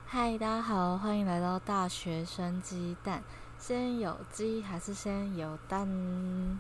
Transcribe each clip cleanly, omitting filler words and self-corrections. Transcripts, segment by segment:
嗨，大家好，欢迎来到大学生鸡蛋。先有鸡还是先有蛋？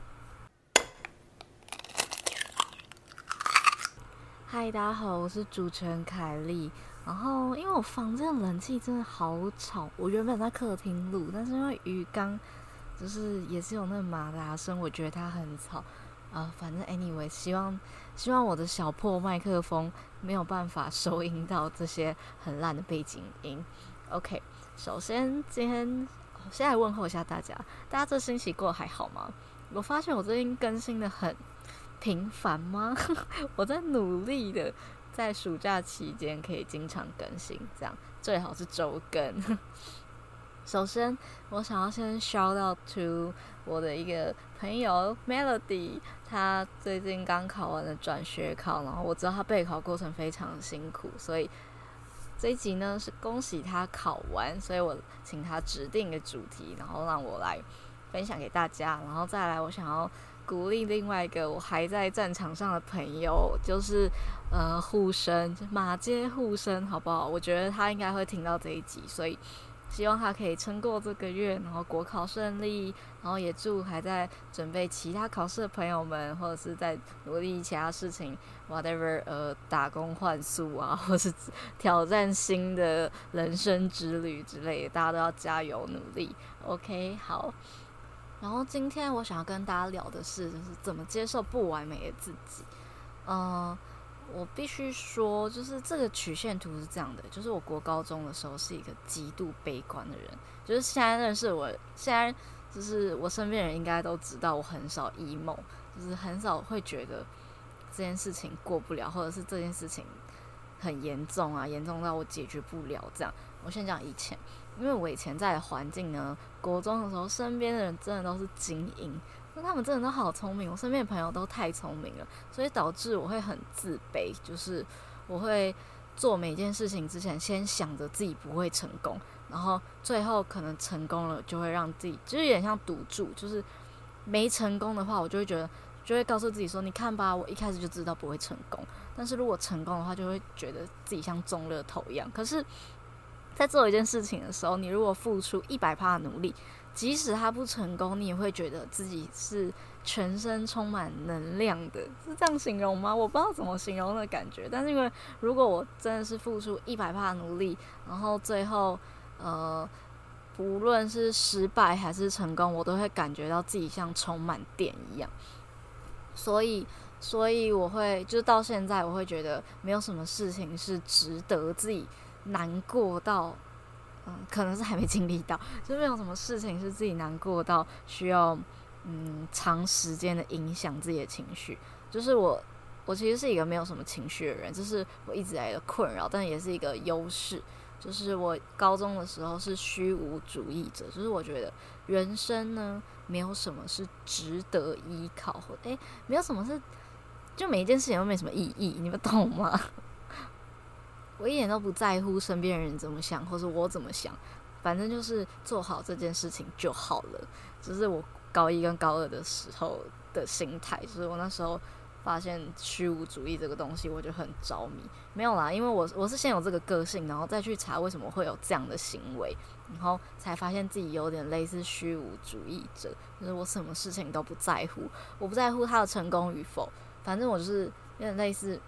嗨，大家好，我是主持人凯莉。然后，因为我房间的冷气真的好吵，我原本在客厅录，但是因为鱼缸就是也是有那个马达声，我觉得它很吵。反正 anyway，希望我的小破麦克风没有办法收音到这些很烂的背景音。OK，首先先来问候一下大家，大家这星期过得还好吗？我发现我最近更新的很频繁吗？我在努力的在暑假期间可以经常更新，这样最好是周更。首先，我想要先 shout out to 我的一个朋友 Melody，她最近刚考完了转学考，然后我知道她备考过程非常的辛苦，所以这一集呢是恭喜她考完，所以我请她指定一个主题，然后让我来分享给大家，然后再来我想要鼓励另外一个我还在战场上的朋友，就是护生马街护生，好不好？我觉得他应该会听到这一集，所以希望他可以撑过这个月，然后国考顺利，然后也祝还在准备其他考试的朋友们，或者是在努力其他事情，whatever，打工换宿啊，或是挑战新的人生之旅之类的，大家都要加油努力。OK，好。然后今天我想要跟大家聊的是，就是怎么接受不完美的自己。嗯、我必须说，就是这个曲线图是这样的，就是我国高中的时候是一个极度悲观的人，就是现在认识我，现在就是我身边人应该都知道，我很少 emo，就是很少会觉得这件事情过不了，或者是这件事情很严重啊，严重到我解决不了这样。我先讲以前，因为我以前在的环境呢，国中的时候，身边的人真的都是精英，那他们真的都好聪明，我身边的朋友都太聪明了，所以导致我会很自卑，就是我会做每件事情之前先想着自己不会成功，然后最后可能成功了，就会让自己就是有点像赌注，就是没成功的话，我就会觉得。就会告诉自己说：“你看吧，我一开始就知道不会成功。但是如果成功的话，就会觉得自己像中乐透一样。可是在做一件事情的时候，你如果付出100%的努力，即使它不成功，你也会觉得自己是全身充满能量的，是这样形容吗？我不知道怎么形容那个感觉。但是因为如果我真的是付出100%的努力，然后最后不论是失败还是成功，我都会感觉到自己像充满电一样。所以，所以我会就是到现在，我会觉得没有什么事情是值得自己难过到可能是还没经历到，就没有什么事情是自己难过到需要长时间的影响自己的情绪。就是我其实是一个没有什么情绪的人，这是我一直以来的困扰，但也是一个优势。就是我高中的时候是虚无主义者，就是我觉得人生呢没有什么是值得依靠，或没有什么是就每一件事情都没什么意义，你们懂吗？我一点都不在乎身边人怎么想，或是我怎么想，反正就是做好这件事情就好了。只是我高一跟高二的时候的心态，就是我那时候发现虚无主义这个东西，我就很着迷。没有啦，因为我是先有这个个性，然后再去查为什么会有这样的行为，然后才发现自己有点类似虚无主义者，就是我什么事情都不在乎，我不在乎他的成功与否，反正我就是有点类似，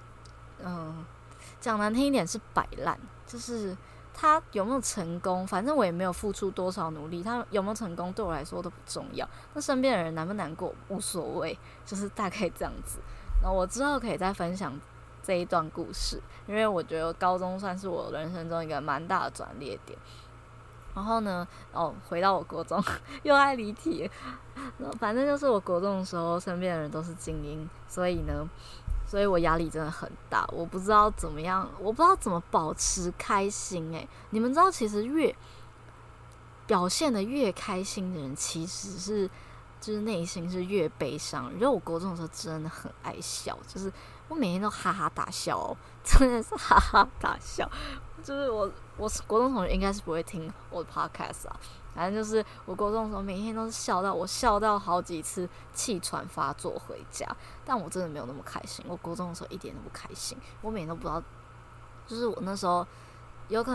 讲难听一点是摆烂，就是他有没有成功，反正我也没有付出多少努力，他有没有成功对我来说都不重要。那身边的人难不难过无所谓，就是大概这样子。然后我之后可以再分享这一段故事，因为我觉得高中算是我人生中一个蛮大的转捩点。然后呢，回到我国中又爱离题，反正就是我国中的时候，身边的人都是精英，所以我压力真的很大，我不知道怎么样，我不知道怎么保持开心。你们知道，其实越表现的越开心的人，其实是就是内心是越悲伤。因为我国中的时候真的很爱笑，就是我每天都哈哈大笑真的是哈哈大笑。就是我国中同学应该是不会听我的 podcast 啊，反正就是我国中的时候每天都是笑到好几次气喘发作回家，但我真的没有那么开心。我国中的时候一点都不开心，我每天都不知道，就是我那时候有可能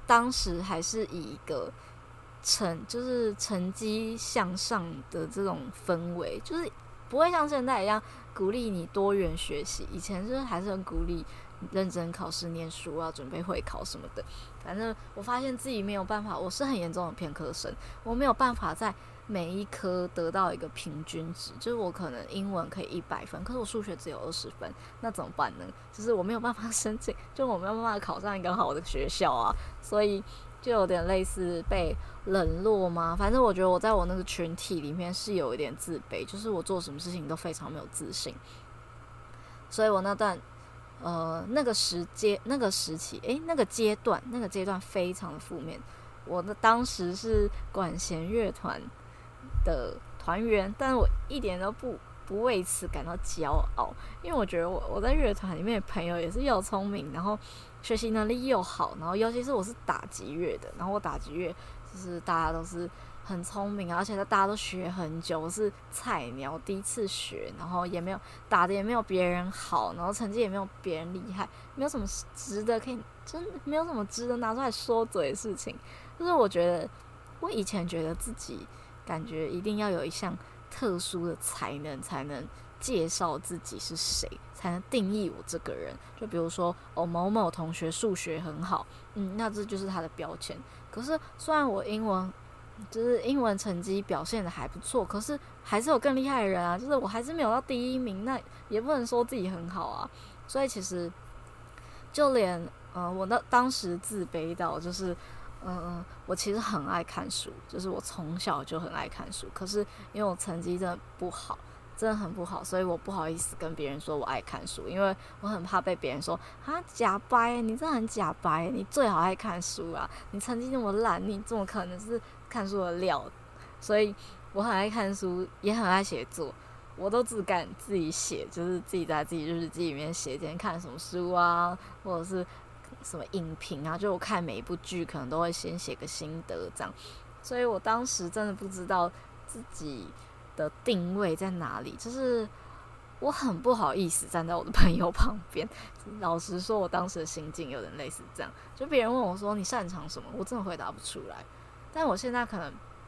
当时还是以一个就是成绩向上的这种氛围，就是不会像现在一样鼓励你多元学习。以前就是还是很鼓励认真考试、念书啊，准备会考什么的。反正我发现自己没有办法，我是很严重的偏科生，我没有办法在每一科得到一个平均值，就是我可能英文可以100分，可是我数学只有20分，那怎么办呢？就是我没有办法申请，就我没有办法考上一个好的学校啊，所以就有点类似被冷落吗？反正我觉得我在我那个群体里面是有一点自卑，就是我做什么事情都非常没有自信，所以我那段那个时期那个阶段非常的负面。我当时是管弦乐团的团员，但是我一点都不为此感到骄傲，因为我觉得我在乐团里面的朋友也是又聪明，然后学习能力又好，然后尤其是我是打击乐的，然后我打击乐就是大家都是很聪明，而且大家都学很久，我是菜鸟第一次学，然后也没有打的也没有别人好，然后成绩也没有别人厉害，没有什么值得可以，真没有什么值得拿出来说嘴的事情。就是我觉得我以前觉得自己感觉一定要有一项特殊的才能介绍自己是谁，才能定义我这个人。就比如说某某同学数学很好，那这就是他的标签。可是虽然我英文成绩表现的还不错，可是还是有更厉害的人啊，就是我还是没有到第一名，那也不能说自己很好啊。所以其实就连我当时自卑到就是我其实很爱看书，就是我从小就很爱看书，可是因为我成绩真的不好，真的很不好，所以我不好意思跟别人说我爱看书，因为我很怕被别人说假掰，你真的很假掰，你最好爱看书啊，你成绩那么烂，你怎么可能是看书的料？所以我很爱看书，也很爱写作，我都自己写，就是自己在自己日记里面写今天看什么书啊，或者是什么影评啊，就我看每一部剧可能都会先写个心得这样。所以我当时真的不知道自己的定位在哪里，就是我很不好意思站在我的朋友旁边。老实说，我当时的心境有点类似这样，就别人问我说你擅长什么，我真的回答不出来。但我现在可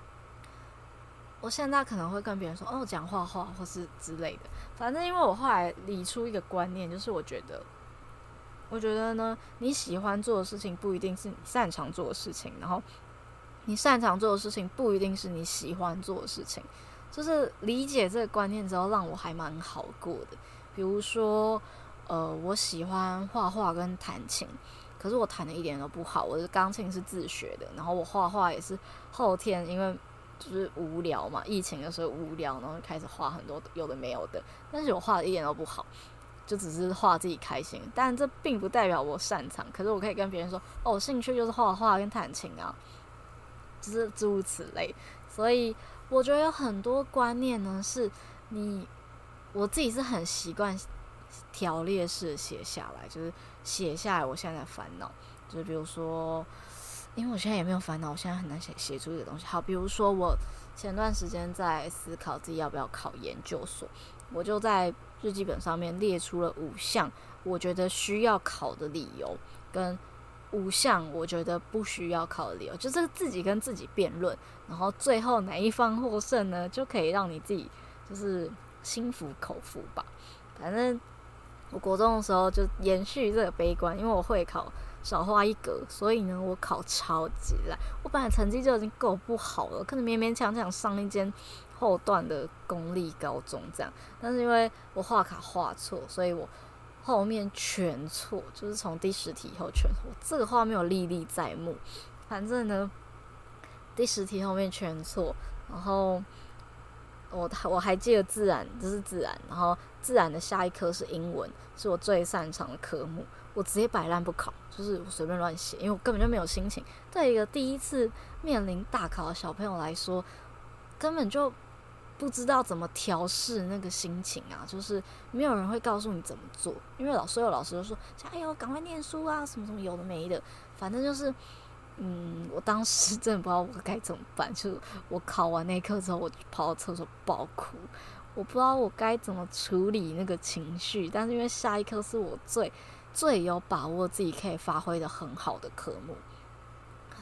能会跟别人说讲画画或是之类的。反正因为我后来理出一个观念，就是我觉得呢，你喜欢做的事情不一定是你擅长做的事情，然后你擅长做的事情不一定是你喜欢做的事情。就是理解这个观念之后，让我还蛮好过的。比如说，我喜欢画画跟弹琴，可是我弹的一点都不好。我的钢琴是自学的，然后我画画也是后天，因为就是无聊嘛，疫情的时候无聊，然后开始画很多有的没有的，但是我画的一点都不好。就只是画自己开心，但这并不代表我擅长。可是我可以跟别人说，我兴趣就是画画跟弹琴啊，就是诸如此类。所以我觉得有很多观念呢，是我自己是很习惯条列式的写下来，就是写下来我现在的烦恼。就是比如说，因为我现在也没有烦恼，我现在很难写出一个东西。好，比如说我前段时间在思考自己要不要考研究所，我就在日记本上面列出了5项我觉得需要考的理由，跟5项我觉得不需要考的理由，就是自己跟自己辩论，然后最后哪一方获胜呢，就可以让你自己就是心服口服吧。反正我国中的时候就延续这个悲观，因为我会考少画一格，所以呢我考超级烂。我本来成绩就已经够不好了，可能勉勉强强上一间后段的公立高中这样，但是因为我画卡画错，所以我后面全错，就是从第10题以后全错。这个画面我历历在目。反正呢，第10题后面全错，然后我还记得自然，这是自然，然后自然的下一科是英文，是我最擅长的科目，我直接摆烂不考，就是我随便乱写，因为我根本就没有心情。对一个第一次面临大考的小朋友来说，根本就不知道怎么调试那个心情啊，就是没有人会告诉你怎么做，因为所有老师都说加油，赶快念书啊，什么什么有的没的，反正就是我当时真的不知道我该怎么办，就是我考完那一课之后，我就跑到厕所爆哭，我不知道我该怎么处理那个情绪，但是因为下一科是我最有把握自己可以发挥的很好的科目，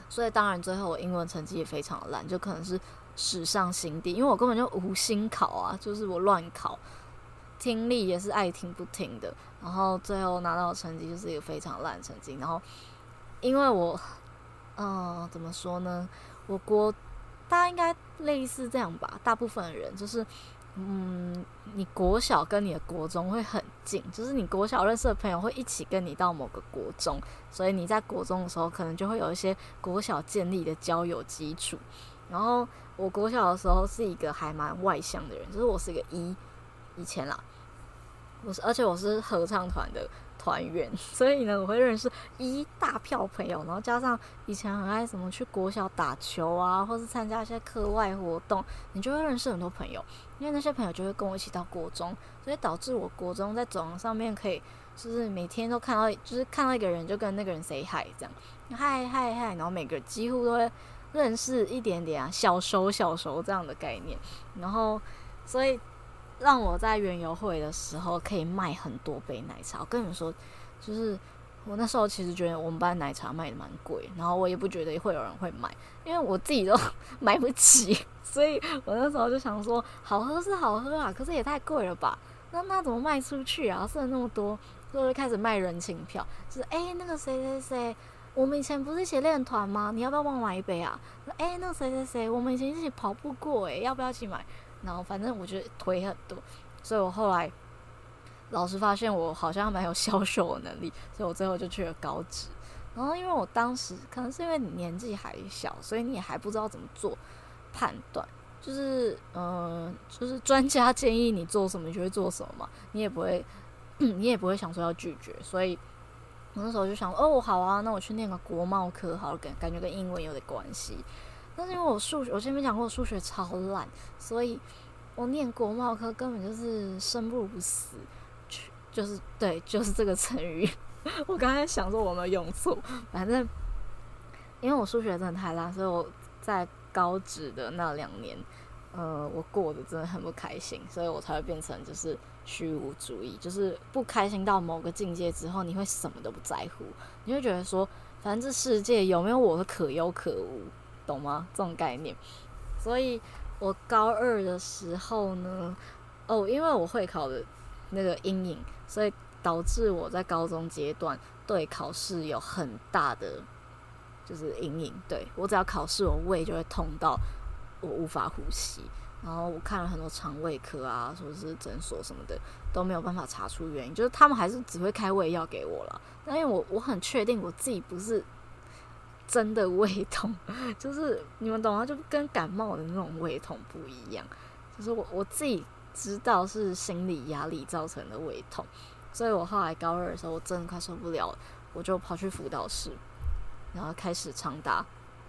所以当然最后我英文成绩也非常的烂，就可能是史上新低，因为我根本就无心考啊，就是我乱考，听力也是爱听不听的，然后最后拿到的成绩就是一个非常烂的成绩。然后因为我怎么说呢，大家应该类似这样吧，大部分的人就是你国小跟你的国中会很近，就是你国小认识的朋友会一起跟你到某个国中，所以你在国中的时候可能就会有一些国小建立的交友基础。然后我国小的时候是一个还蛮外向的人，就是我是一个以前啦，而且我是合唱团的团员，所以呢，我会认识一大票朋友，然后加上以前很爱什么去国小打球啊，或是参加一些课外活动，你就会认识很多朋友，因为那些朋友就会跟我一起到国中，所以导致我国中在走廊上面可以就是每天都看到，就是看到一个人就跟那个人 say hi 这样，嗨嗨嗨，然后每个人几乎都会认识一点点啊，小熟这样的概念，然后所以让我在园游会的时候可以卖很多杯奶茶。我跟你们说，就是我那时候其实觉得我们班奶茶卖的蛮贵，然后我也不觉得会有人会买，因为我自己都买不起，所以我那时候就想说，好喝是好喝啊，可是也太贵了吧？那怎么卖出去啊？剩了那么多，所以我就开始卖人情票，就是那个谁谁谁。我们以前不是一起练团吗？你要不要帮我买一杯啊？那个谁谁谁，我们以前一起跑步过要不要一起买？然后反正我觉得推很多，所以我后来老师发现我好像蛮有销售的能力，所以我最后就去了高职。然后因为我当时可能是因为你年纪还小，所以你也还不知道怎么做判断，就是专家建议你做什么，你就会做什么嘛，你也不会想说要拒绝，所以我那时候就想好啊，那我去念个国贸科好了，感觉跟英文有点关系。但是因为我前面讲过我数学超烂，所以我念国贸科根本就是生不如死，就是对，就是这个成语。我刚才想说我有没有用错，反正因为我数学真的太烂，所以我在高职的那2年，我过得真的很不开心，所以我才会变成就是虚无主义，就是不开心到某个境界之后，你会什么都不在乎，你会觉得说，反正这世界有没有我的可有可无，懂吗？这种概念。所以我高2的时候呢，因为我会考的那个阴影，所以导致我在高中阶段对考试有很大的就是阴影。对，我只要考试，我胃就会痛到我无法呼吸。然后我看了很多肠胃科啊，或者是诊所什么的，都没有办法查出原因，就是他们还是只会开胃药给我啦。但因为我很确定我自己不是真的胃痛，就是你们懂吗？就跟感冒的那种胃痛不一样，就是我自己知道是心理压力造成的胃痛，所以我后来高2的时候，我真的快受不了了，我就跑去辅导室，然后开始长达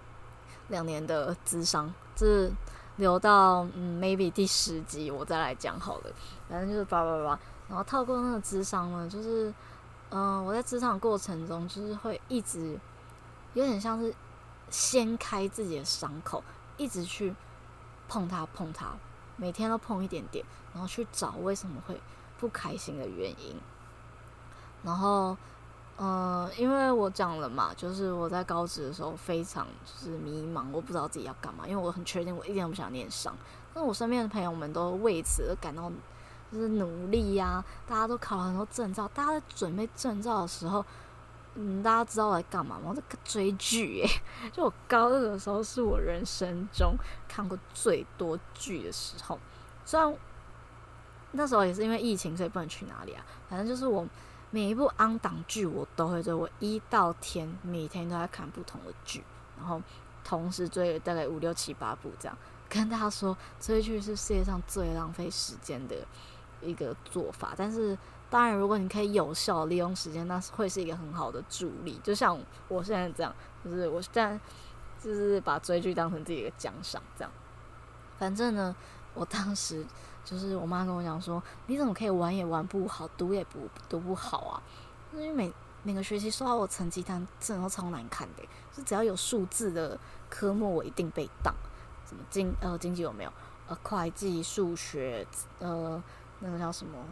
2年的諮商，就是留到maybe 第10集我再来讲好了，反正就是叭叭叭，然后透过那个諮商呢，就是我在諮商的过程中，就是会一直有点像是掀开自己的伤口，一直去碰它，每天都碰一点点，然后去找为什么会不开心的原因。然后因为我讲了嘛，就是我在高职的时候非常就是迷茫，我不知道自己要干嘛，因为我很确定我一点都不想念商，但是我身边的朋友们都为此而感到就是努力啊，大家都考了很多证照，大家在准备证照的时候，大家知道我在干嘛吗？我在追剧就我高2的时候是我人生中看过最多剧的时候，虽然那时候也是因为疫情所以不能去哪里啊，反正就是我每一部昂档剧我都会追，我1到天每天都在看不同的剧，然后同时追了大概5、6、7、8部这样。跟大家说，追剧是世界上最浪费时间的一个做法，但是当然如果你可以有效利用时间，那会是一个很好的助力。就像我现在这样，就是我现在就是把追剧当成自己的奖赏这样。反正呢，我当时就是我妈跟我讲说，你怎么可以玩也玩不好，读也读不好啊？因为每个学期收到我成绩单真的都超难看的，就只要有数字的科目我一定被当。什么经济有没有？会计、数学，那个叫什么？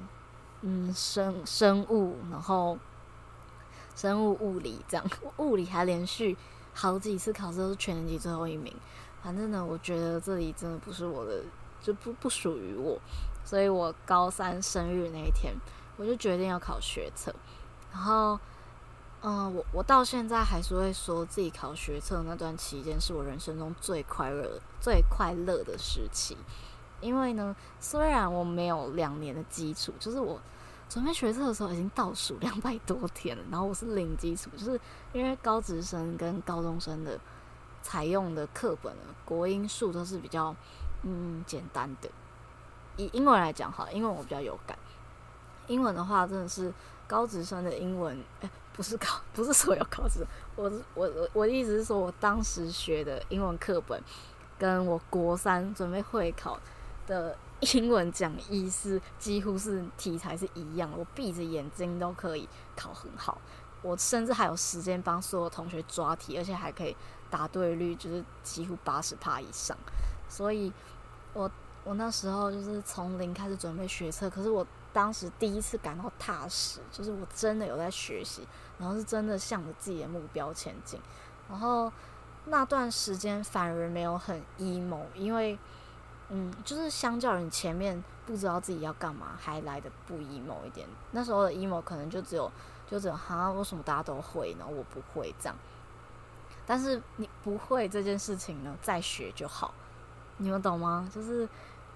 生物，然后生物、物理这样，物理还连续好几次考试都是全年级最后一名。反正呢，我觉得这里真的不是我的，就不属于我。所以我高三生日那一天，我就决定要考学测。然后，我到现在还是会说自己考学测那段期间是我人生中最快乐的时期。因为呢，虽然我没有2年的基础，就是我准备学测的时候已经倒数200多天了，然后我是零基础，就是因为高职生跟高中生的采用的课本呢，国英数都是比较简单的。以英文来讲好，英文我比较有感。英文的话，真的是高职生的英文，不是所有高职生，我的意思是说，我当时学的英文课本，跟我国3准备会考的英文讲义是几乎是题材是一样的，我闭着眼睛都可以考很好。我甚至还有时间帮所有同学抓题，而且还可以答对率就是几乎80%以上。所以我那时候就是从零开始准备学测，可是我当时第一次感到踏实，就是我真的有在学习，然后是真的向着自己的目标前进。然后那段时间反而没有很 emo， 因为就是相较于前面不知道自己要干嘛，还来得不 emo 一点。那时候的 emo 可能就只有哈，为什么大家都会，然后我不会这样。但是你不会这件事情呢，再学就好，你们懂吗？就是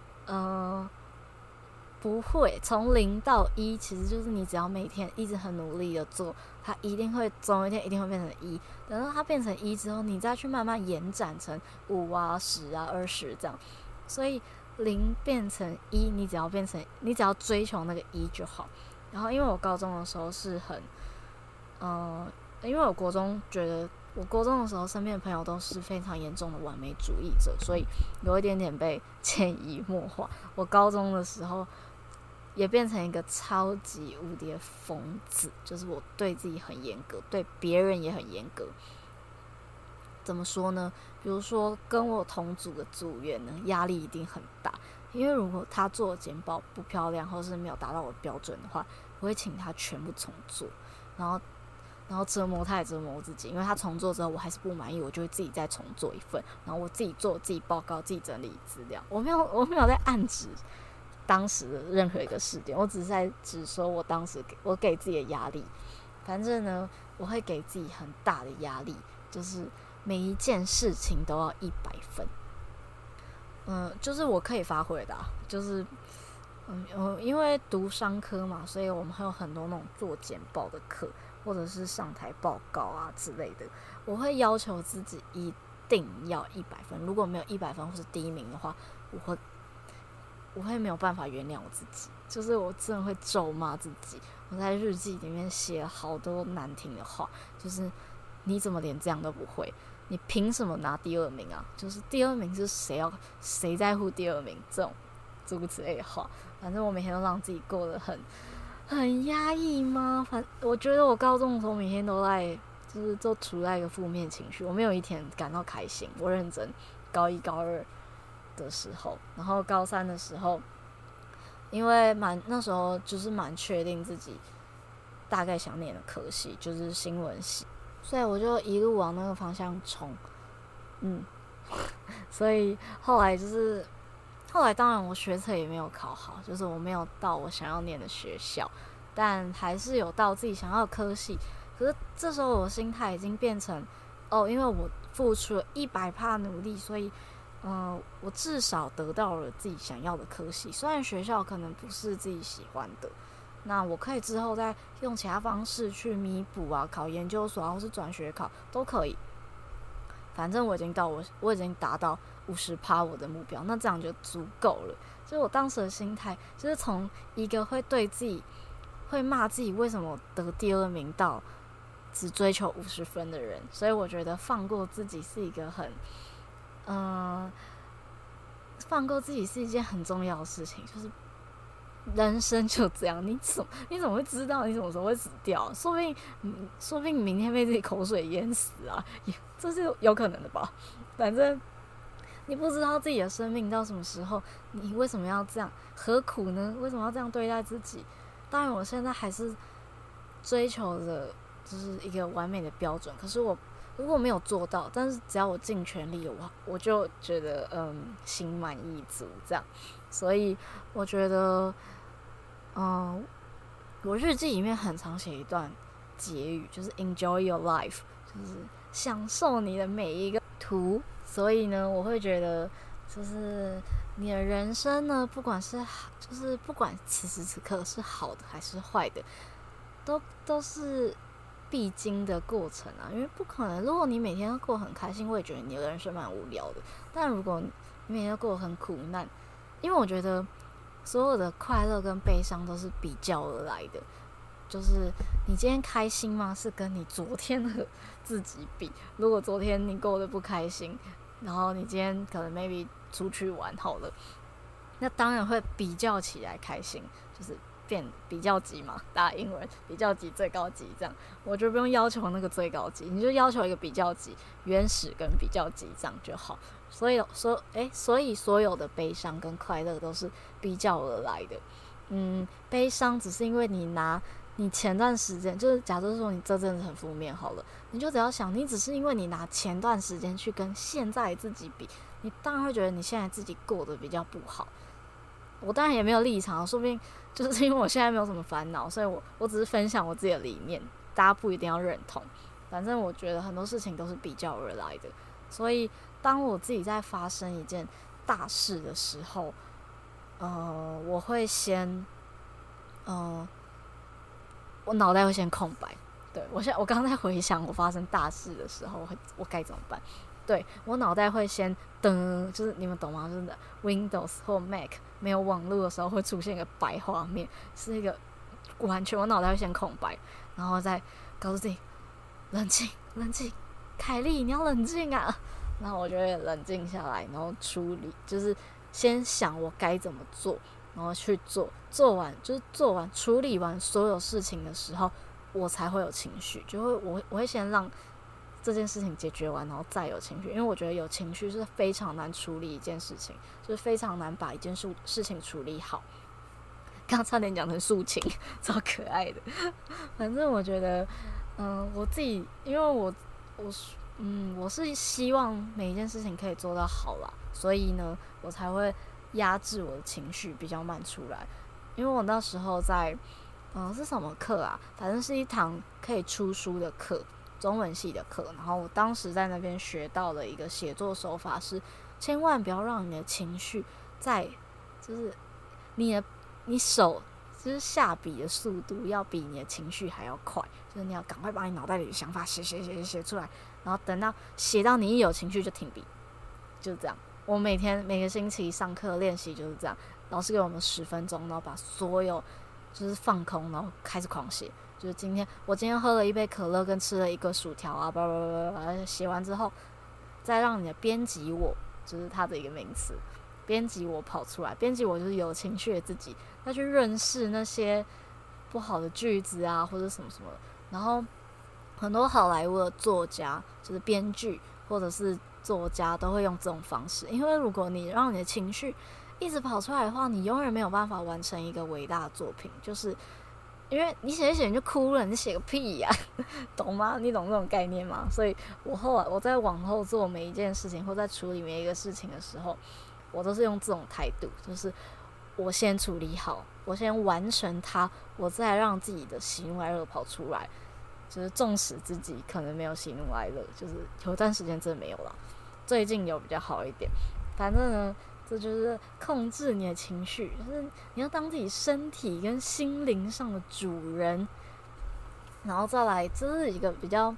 不会从0到1，其实就是你只要每天一直很努力的做，它一定会总有一天一定会变成1。等到它变成1之后，你再去慢慢延展成5啊、10啊、20这样。所以0变成1，你只要追求那个1就好。然后因为我高中的时候是很因为我国中的时候身边的朋友都是非常严重的完美主义者，所以有一点点被潜移默化。我高中的时候也变成一个超级无敌的疯子，就是我对自己很严格，对别人也很严格。怎么说呢？比如说跟我同组的组员呢，压力一定很大，因为如果他做的简报不漂亮，或是没有达到我的标准的话，我会请他全部重做，然后折磨他也折磨我自己，因为他重做之后我还是不满意，我就会自己再重做一份，然后我自己做自己报告，自己整理资料。我没有在暗指当时的任何一个事件，我只是在指说我当时我给自己的压力。反正呢，我会给自己很大的压力，就是每一件事情都要100分。就是我可以发挥的就是因为读商科嘛，所以我们还有很多那种做简报的课，或者是上台报告啊之类的。我会要求自己一定要100分，如果没有100分或是第1名的话，我会没有办法原谅我自己，就是我真的会咒骂自己。我在日记里面写了好多难听的话，就是你怎么连这样都不会？你凭什么拿第2名啊？就是第2名是谁在乎第2名？这种诸如此类的话，反正我每天都让自己过得很压抑吗？我觉得我高中的时候每天都处在一个负面情绪，我没有一天感到开心。我认真，高1、高2的时候，然后高3的时候，因为那时候就是蛮确定自己大概想念的科系就是新闻系，所以我就一路往那个方向冲。所以后来当然我学测也没有考好，就是我没有到我想要念的学校，但还是有到自己想要的科系。可是这时候我的心态已经变成因为我付出了100%努力，所以我至少得到了自己想要的科系，虽然学校可能不是自己喜欢的，那我可以之后再用其他方式去弥补啊，考研究所啊，或是转学考都可以。反正我已经达到50%我的目标，那这样就足够了。所以我当时的心态就是从一个会骂自己为什么得第2名到只追求50分的人，所以我觉得放过自己是一个放过自己是一件很重要的事情。就是人生就这样，你怎么会知道你什么时候会死掉？说不定明天被自己口水淹死啊，这是有可能的吧。反正你不知道自己的生命到什么时候，你为什么要这样？何苦呢？为什么要这样对待自己？当然，我现在还是追求着就是一个完美的标准，可是我如果没有做到，但是只要我尽全力，我就觉得心满意足这样。所以我觉得，我日记里面很常写一段结语，就是 enjoy your life， 就是享受你的每一个途。所以呢，我会觉得，就是你的人生呢，不管此时此刻是好的还是坏的，都是必经的过程啊。因为不可能，如果你每天都过得很开心，我也觉得你的人生蛮无聊的。但如果你每天都过得很苦难，因为我觉得所有的快乐跟悲伤都是比较而来的。就是你今天开心吗？是跟你昨天的自己比。如果昨天你过得不开心，然后你今天可能 maybe 出去玩好了，那当然会比较起来开心，就是变比较级嘛，大家英文比较级最高级这样。我就不用要求那个最高级，你就要求一个比较级，原始跟比较级这样就好。所以所有的悲伤跟快乐都是比较而来的。悲伤只是因为你前段时间，就是假设说你这阵子很负面好了，你就只要想，你只是因为你拿前段时间去跟现在自己比，你当然会觉得你现在自己过得比较不好。我当然也没有立场，说不定就是因为我现在没有什么烦恼，所以我只是分享我自己的理念，大家不一定要认同。反正我觉得很多事情都是比较而来的，所以当我自己在发生一件大事的时候，我会先，我脑袋会先空白。对，我刚才回想我发生大事的时候，我该怎么办？对，我脑袋会先噔，就是你们懂吗？就是 Windows 或 Mac 没有网络的时候会出现一个白画面，是一个完全我脑袋会先空白，然后再告诉自己冷静，冷静，凯莉你要冷静啊！然后我就会冷静下来，然后处理，就是先想我该怎么做，然后去做，做完处理完所有事情的时候，我才会有情绪，就会我会先让这件事情解决完，然后再有情绪，因为我觉得有情绪是非常难处理一件事情，就是非常难把一件事情处理好。刚差点讲成抒情，超可爱的。反正我觉得，我自己，因为我是希望每一件事情可以做到好啦，所以呢，我才会压制我的情绪比较慢出来。因为我那时候在，是什么课啊？反正是一堂可以出书的课，中文系的课。然后我当时在那边学到了一个写作手法是，千万不要让你的情绪就是你手就是下笔的速度要比你的情绪还要快，就是你要赶快把你脑袋里的想法写出来，然后等到写到你一有情绪就停笔，就是这样。我每个星期上课练习就是这样，老师给我们10分钟，然后把所有就是放空，然后开始狂写。就是我今天喝了一杯可乐跟吃了一个薯条啊，写完之后，再让你的编辑我，就是它的一个名词，编辑我跑出来，编辑我就是有情绪的自己，要去认识那些不好的句子啊，或者什么什么的。然后很多好莱坞的作家，就是编剧或者是作家，都会用这种方式，因为如果你让你的情绪一直跑出来的话，你永远没有办法完成一个伟大的作品，就是因为你写一写你就哭了，你写个屁呀、懂吗？你懂这种概念吗？所以我在往后做每一件事情，或在处理每一个事情的时候，我都是用这种态度，就是我先处理好，我先完成它，我再让自己的喜怒哀乐跑出来。就是纵使自己可能没有喜怒哀乐，就是有段时间真的没有啦，最近有比较好一点。反正呢，这就是控制你的情绪，就是你要当自己身体跟心灵上的主人。然后再来，这是一个比较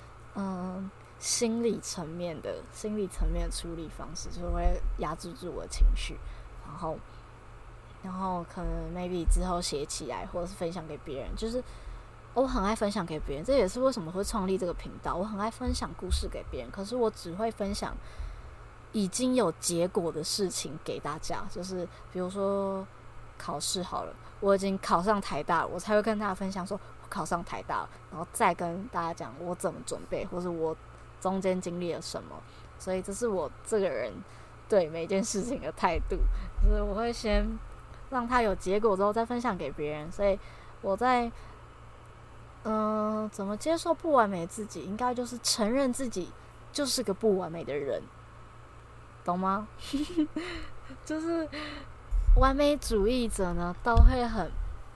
心理层面的处理方式，就是会压制住我的情绪，然后可能 maybe 之后写起来，或者是分享给别人，就是我很爱分享给别人，这也是为什么会创立这个频道。我很爱分享故事给别人，可是我只会分享已经有结果的事情给大家，就是比如说考试好了，我已经考上台大了，我才会跟大家分享说我考上台大了，然后再跟大家讲我怎么准备，或是我中间经历了什么。所以这是我这个人对每件事情的态度，就是我会先让他有结果之后再分享给别人。所以我在怎么接受不完美的自己，应该就是承认自己就是个不完美的人，懂吗？就是完美主义者呢，都会很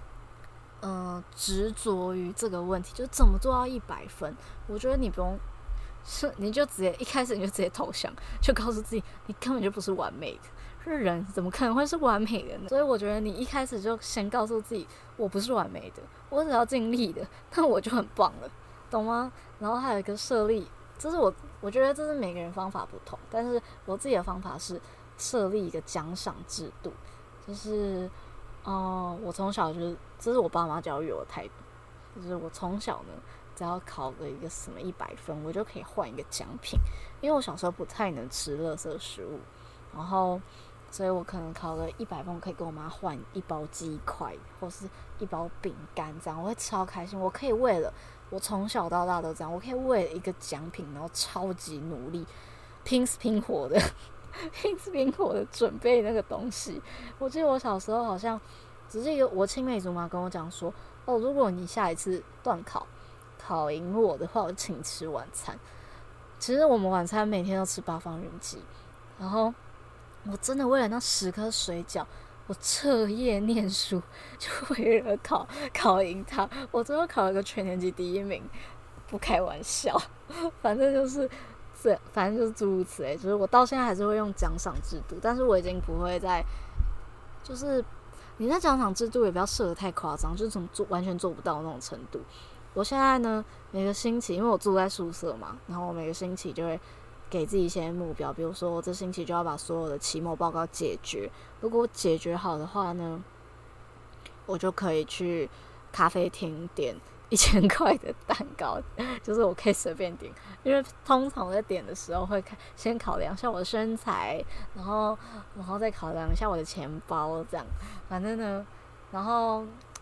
执着于这个问题，就怎么做到100分。我觉得你不用，你就直接一开始你就直接投降，就告诉自己你根本就不是完美的。是人怎么可能会是完美的呢？所以我觉得你一开始就先告诉自己，我不是完美的，我只要尽力的，那我就很棒了，懂吗？然后还有一个设立，这是我觉得这是每个人方法不同，但是我自己的方法是设立一个奖赏制度，就是我从小就是这是我爸妈教育我的态度，就是我从小呢，只要考个一个什么100分，我就可以换一个奖品，因为我小时候不太能吃垃圾食物，然后所以我可能考个100分，我可以跟我妈换一包鸡块或是一包饼干，这样我会超开心。我可以为了我从小到大都这样，我可以为了一个奖品，然后超级努力，拼死拼活的拼死拼活的准备那个东西。我记得我小时候好像只是我青梅竹马跟我讲说，如果你下一次段考赢我的话，我请你吃晚餐。其实我们晚餐每天都吃八方云集，然后我真的为了那10颗水饺，我彻夜念书，就为了考赢他。我最后考了个全年级第1名，不开玩笑。反正就是诸如此类。就是我到现在还是会用奖赏制度，但是我已经不会再就是你那奖赏制度也不要设得太夸张，就是完全做不到那种程度。我现在呢，每个星期因为我住在宿舍嘛，然后我每个星期就会给自己一些目标，比如说我这星期就要把所有的期末报告解决。如果解决好的话呢，我就可以去咖啡厅点1000块的蛋糕，就是我可以随便点，因为通常我在点的时候会先考量一下我的身材，然后再考量一下我的钱包，这样。反正呢，然后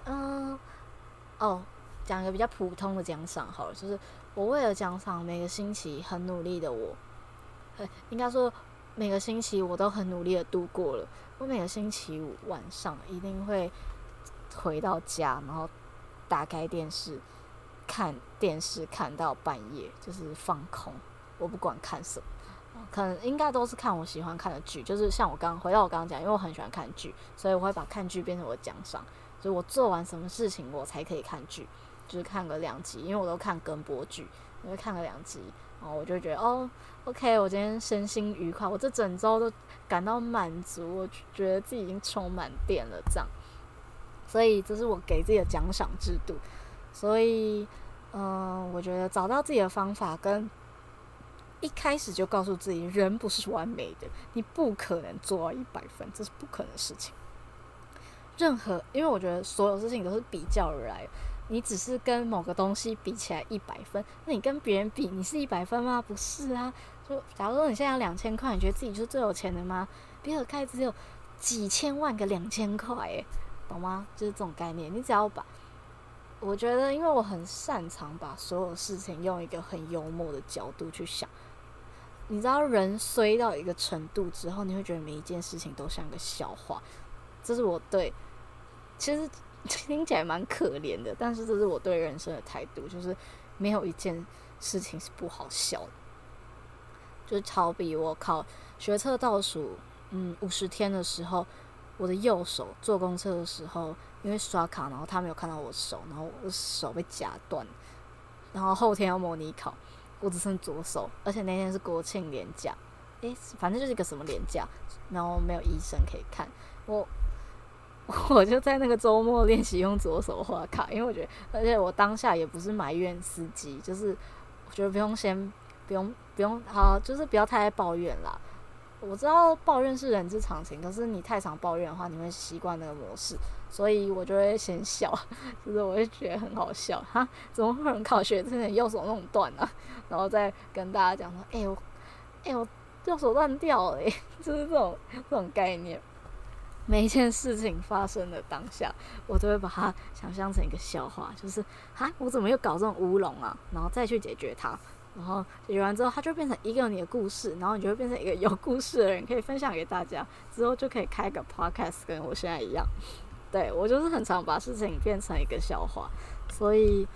讲一个比较普通的奖赏好了，就是我为了奖赏每个星期很努力的我，应该说每个星期我都很努力的度过了。我每个星期五晚上一定会回到家，然后打开电视看电视看到半夜，就是放空，我不管看什么，可能应该都是看我喜欢看的剧。就是像回到我刚刚讲，因为我很喜欢看剧，所以我会把看剧变成我的奖赏，所以我做完什么事情我才可以看剧，就是看个2集，因为我都看跟播剧，我会看个2集，然后我就觉得OK， 我今天身心愉快，我这整周都感到满足，我觉得自己已经充满电了，这样。所以这是我给自己的奖赏制度。所以我觉得找到自己的方法，跟一开始就告诉自己人不是完美的，你不可能做到100分，这是不可能的事情。因为我觉得所有事情都是比较而来，你只是跟某个东西比起来100分，那你跟别人比，你是100分吗？不是啊。就假如说你现在有2000块，你觉得自己就是最有钱的吗？比尔盖茨有几千万个2000块，懂吗？就是这种概念。你只要我觉得因为我很擅长把所有事情用一个很幽默的角度去想。你知道人衰到一个程度之后，你会觉得每一件事情都像个笑话。这是我对，其实听起来蛮可怜的，但是这是我对人生的态度，就是没有一件事情是不好笑的。就是好比我考学测倒数50天的时候，我的右手坐公车的时候，因为刷卡，然后他没有看到我手，然后我的手被夹断，然后后天要模拟考，我只剩左手，而且那天是国庆连假，反正就是一个什么连假，然后没有医生可以看，我就在那个周末练习用左手画卡，因为我觉得，而且我当下也不是埋怨司机，就是我觉得不用好，就是不要太爱抱怨啦。我知道抱怨是人之常情，可是你太常抱怨的话，你会习惯那个模式，所以我就会先笑，就是我会觉得很好笑，怎么会有人考学测右手弄断啊？然后再跟大家讲说，我右手断掉了，就是这种概念。每一件事情发生的当下，我都会把它想象成一个笑话，就是我怎么又搞这种乌龙啊？然后再去解决它。然后解决完之后，它就变成一个你的故事，然后你就会变成一个有故事的人，可以分享给大家。之后就可以开个 podcast， 跟我现在一样。对，我就是很常把事情变成一个笑话，所以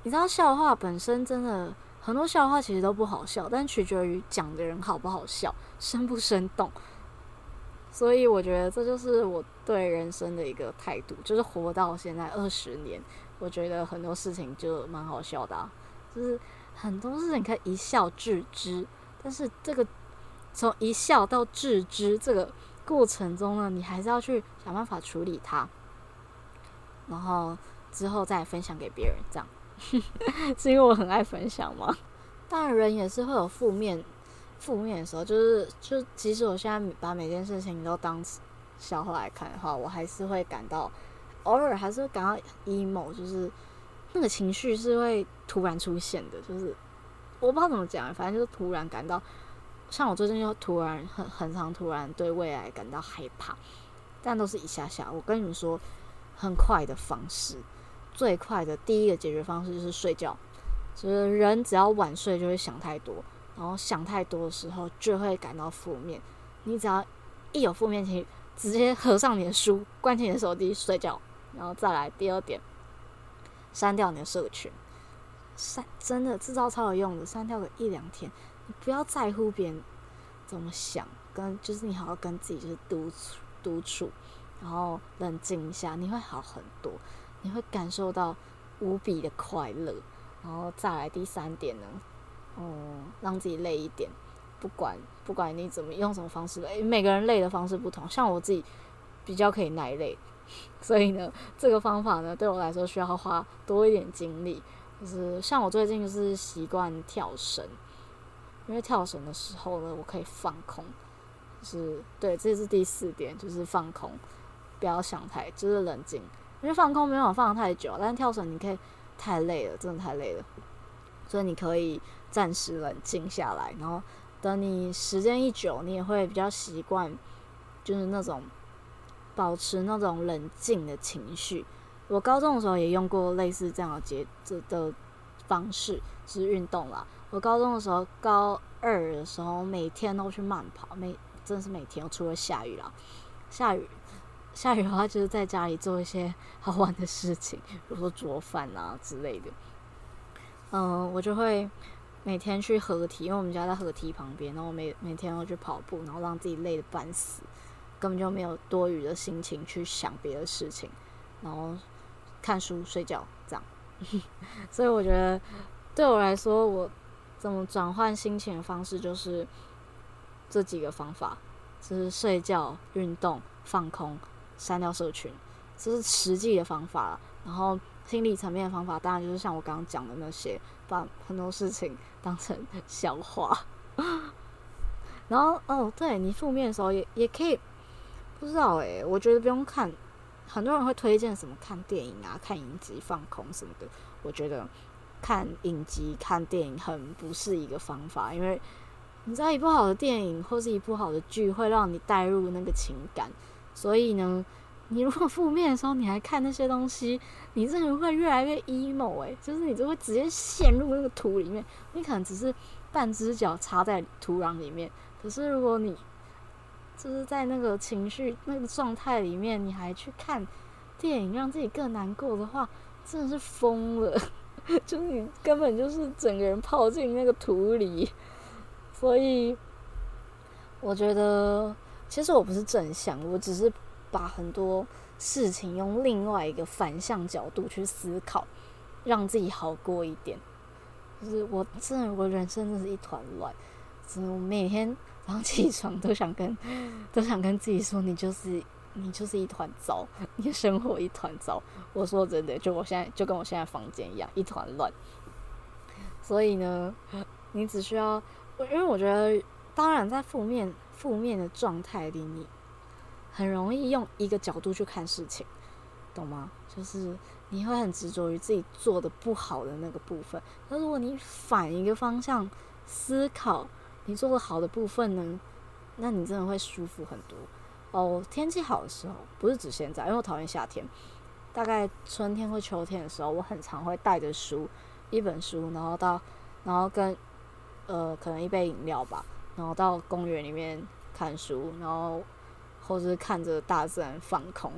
你知道笑话本身真的很多笑话其实都不好笑，但取决于讲的人好不好笑，生不生动。所以我觉得这就是我对人生的一个态度，就是活到现在20年，我觉得很多事情就蛮好笑的就是很多事情可以一笑置之，但是这个从一笑到置之这个过程中呢，你还是要去想办法处理它，然后之后再分享给别人，这样是因为我很爱分享吗？当然，人也是会有负面的时候，就即使我现在把每件事情都当笑话来看的话，我还是会感到偶尔还是会感到 emo， 就是那个情绪是会突然出现的，就是我不知道怎么讲，反正就是突然感到，像我最近就突然很常突然对未来感到害怕，但都是一下下。我跟你们说，很快的方式，最快的第一个解决方式就是睡觉，就是人只要晚睡就会想太多。然后想太多的时候就会感到负面，你只要一有负面情绪，直接合上你的书，关起你的手机睡觉。然后再来第二点，删掉你的社群，真的这招超有用的，删掉个1-2天，你不要在乎别人怎么想，就是你好好跟自己就是独处，然后冷静一下，你会好很多，你会感受到无比的快乐。然后再来第3点呢，让自己累一点，不管你怎么用什么方式累，每个人累的方式不同，像我自己比较可以耐累，所以呢，这个方法呢对我来说需要花多一点精力。就是像我最近就是习惯跳绳，因为跳绳的时候呢，我可以放空，就是对，这是第4点，就是放空，不要想就是冷静，因为放空没有放太久，但是跳绳你可以太累了，真的太累了，所以你可以暂时冷静下来，然后等你时间一久，你也会比较习惯，就是那种保持那种冷静的情绪。我高中的时候也用过类似这样的方式，是运动啦。我高中的时候，高2的时候，每天都去慢跑，真的是每天，除了下雨啦。下雨的话，就是在家里做一些好玩的事情，比如说做饭啊之类的。我就会每天去河堤，因为我们家在河堤旁边，然后每天都去跑步，然后让自己累得半死，根本就没有多余的心情去想别的事情，然后看书、睡觉这样。所以我觉得对我来说，我怎么转换心情的方式就是这几个方法，就是睡觉、运动、放空、删掉社群，这是实际的方法啦。然后心理层面的方法，当然就是像我刚刚讲的那些，把很多事情当成笑话。然后对，你负面的时候也可以，不知道我觉得不用看，很多人会推荐什么看电影啊、看影集放空什么的，我觉得看影集、看电影很不是一个方法，因为你知道一部好的电影或是一部好的剧会让你带入那个情感，所以呢，你如果负面的时候你还看那些东西，你真的会越来越 emo 就是你就会直接陷入那个土里面，你可能只是半只脚插在土壤里面，可是如果你就是在那个情绪那个状态里面，你还去看电影让自己更难过的话，真的是疯了。就是你根本就是整个人泡进那个土里。所以我觉得其实我不是正向，我只是把很多事情用另外一个反向角度去思考，让自己好过一点。就是我人生真的是一团乱，我每天早上起床都想跟自己说，你就是一团糟，你的生活一团糟。我说真的，就跟我现在房间一样，一团乱。所以呢，你只需要，因为我觉得，当然在负面的状态里，你很容易用一个角度去看事情，懂吗？就是你会很执着于自己做的不好的那个部分。但如果你反一个方向思考，你做的好的部分呢，那你真的会舒服很多。天气好的时候，不是指现在，因为我讨厌夏天。大概春天或秋天的时候，我很常会带着一本书，然后跟可能一杯饮料吧，然后到公园里面看书，然后或是看着大自然放空。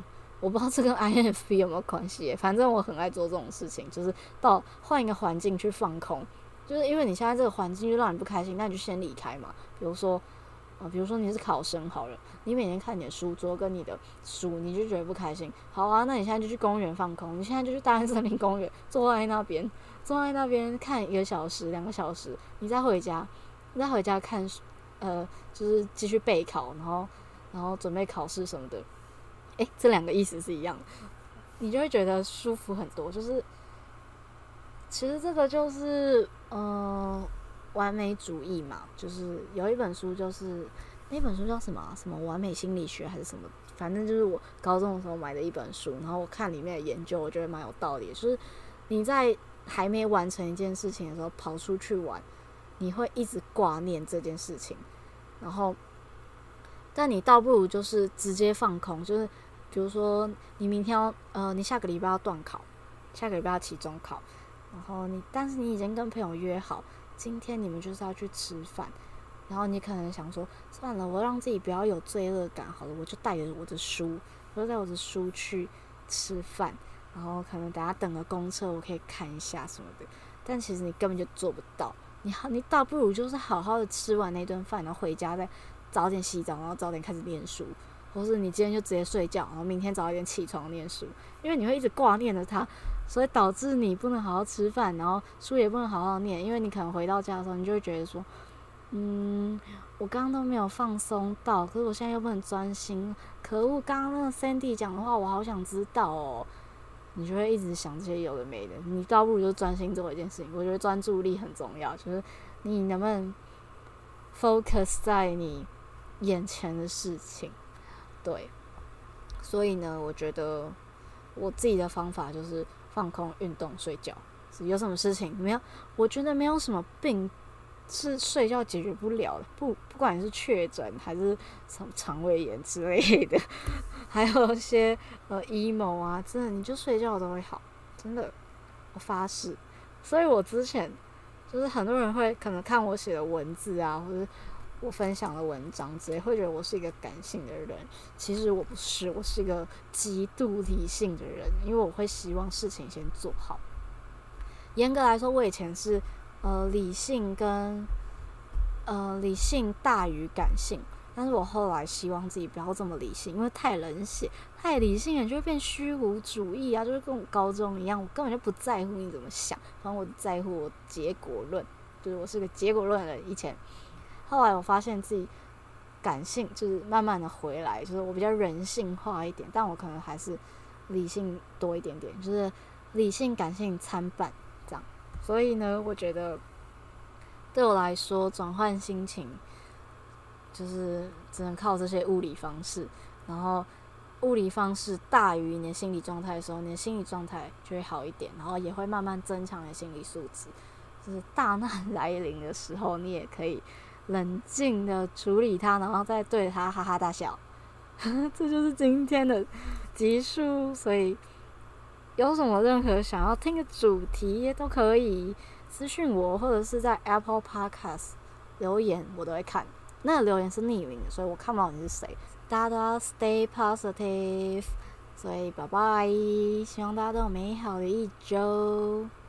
我不知道这跟 INFP 有没有关系耶，反正我很爱做这种事情，就是到换一个环境去放空，就是因为你现在这个环境就让你不开心，那你就先离开嘛。比如说你是考生好了，你每天看你的书桌跟你的书，你就觉得不开心。好啊，那你现在就去公园放空，你现在就去大安森林公园，坐在那边看1个小时、2个小时，你再回家看，就是继续备考，然后准备考试什么的。这2个意思是一样的，你就会觉得舒服很多。就是其实这个就是完美主义嘛，就是有一本书，就是那本书叫什么什么完美心理学还是什么，反正就是我高中的时候买的一本书，然后我看里面的研究，我觉得蛮有道理的。就是你在还没完成一件事情的时候跑出去玩，你会一直挂念这件事情，然后但你倒不如就是直接放空，就是比如说你明天你下个礼拜要段考，下个礼拜要期中考，然后但是你已经跟朋友约好，今天你们就是要去吃饭，然后你可能想说，算了，我让自己不要有罪恶感好了，我就带着我的书去吃饭，然后可能等下等个公车我可以看一下什么的，但其实你根本就做不到，你倒不如就是好好的吃完那顿饭，然后回家再早点洗澡，然后早点开始念书，或是你今天就直接睡觉，然后明天早一点起床念书，因为你会一直挂念着它，所以导致你不能好好吃饭，然后书也不能好好念，因为你可能回到家的时候，你就会觉得说，我刚刚都没有放松到，可是我现在又不能专心，可恶！刚刚那个 Sandy 讲的话，我好想知道哦。你就会一直想这些有的没的，你倒不如就专心做一件事情。我觉得专注力很重要，就是你能不能 focus 在你眼前的事情。对，所以呢，我觉得我自己的方法就是放空、运动、睡觉。有什么事情没有？我觉得没有什么病是睡觉解决不了的，不管是确诊还是什么肠胃炎之类的，还有一些emo 啊，真的你就睡觉都会好，真的，我发誓。所以我之前就是很多人会可能看我写的文字啊，或者我分享的文章之类，会觉得我是一个感性的人。其实我不是，我是一个极度理性的人，因为我会希望事情先做好。严格来说，我以前是理性大于感性，但是我后来希望自己不要这么理性，因为太冷血、太理性了就会变虚无主义啊，就是跟我高中一样，我根本就不在乎你怎么想，反正我在乎我结果论，就是我是个结果论的人。以前，后来我发现自己感性就是慢慢的回来，就是我比较人性化一点，但我可能还是理性多一点点，就是理性感性参半这样。所以呢，我觉得对我来说，转换心情就是只能靠这些物理方式，然后物理方式大于你的心理状态的时候，你的心理状态就会好一点，然后也会慢慢增强你的心理素质。就是大难来临的时候，你也可以冷静的处理它，然后再对它哈哈大笑。这就是今天的集数，所以有什么任何想要听的主题都可以私讯我，或者是在 Apple Podcast 留言，我都会看。那个留言是匿名的，所以我看不到你是谁。大家都要 stay positive，所以拜拜，希望大家都有美好的一周。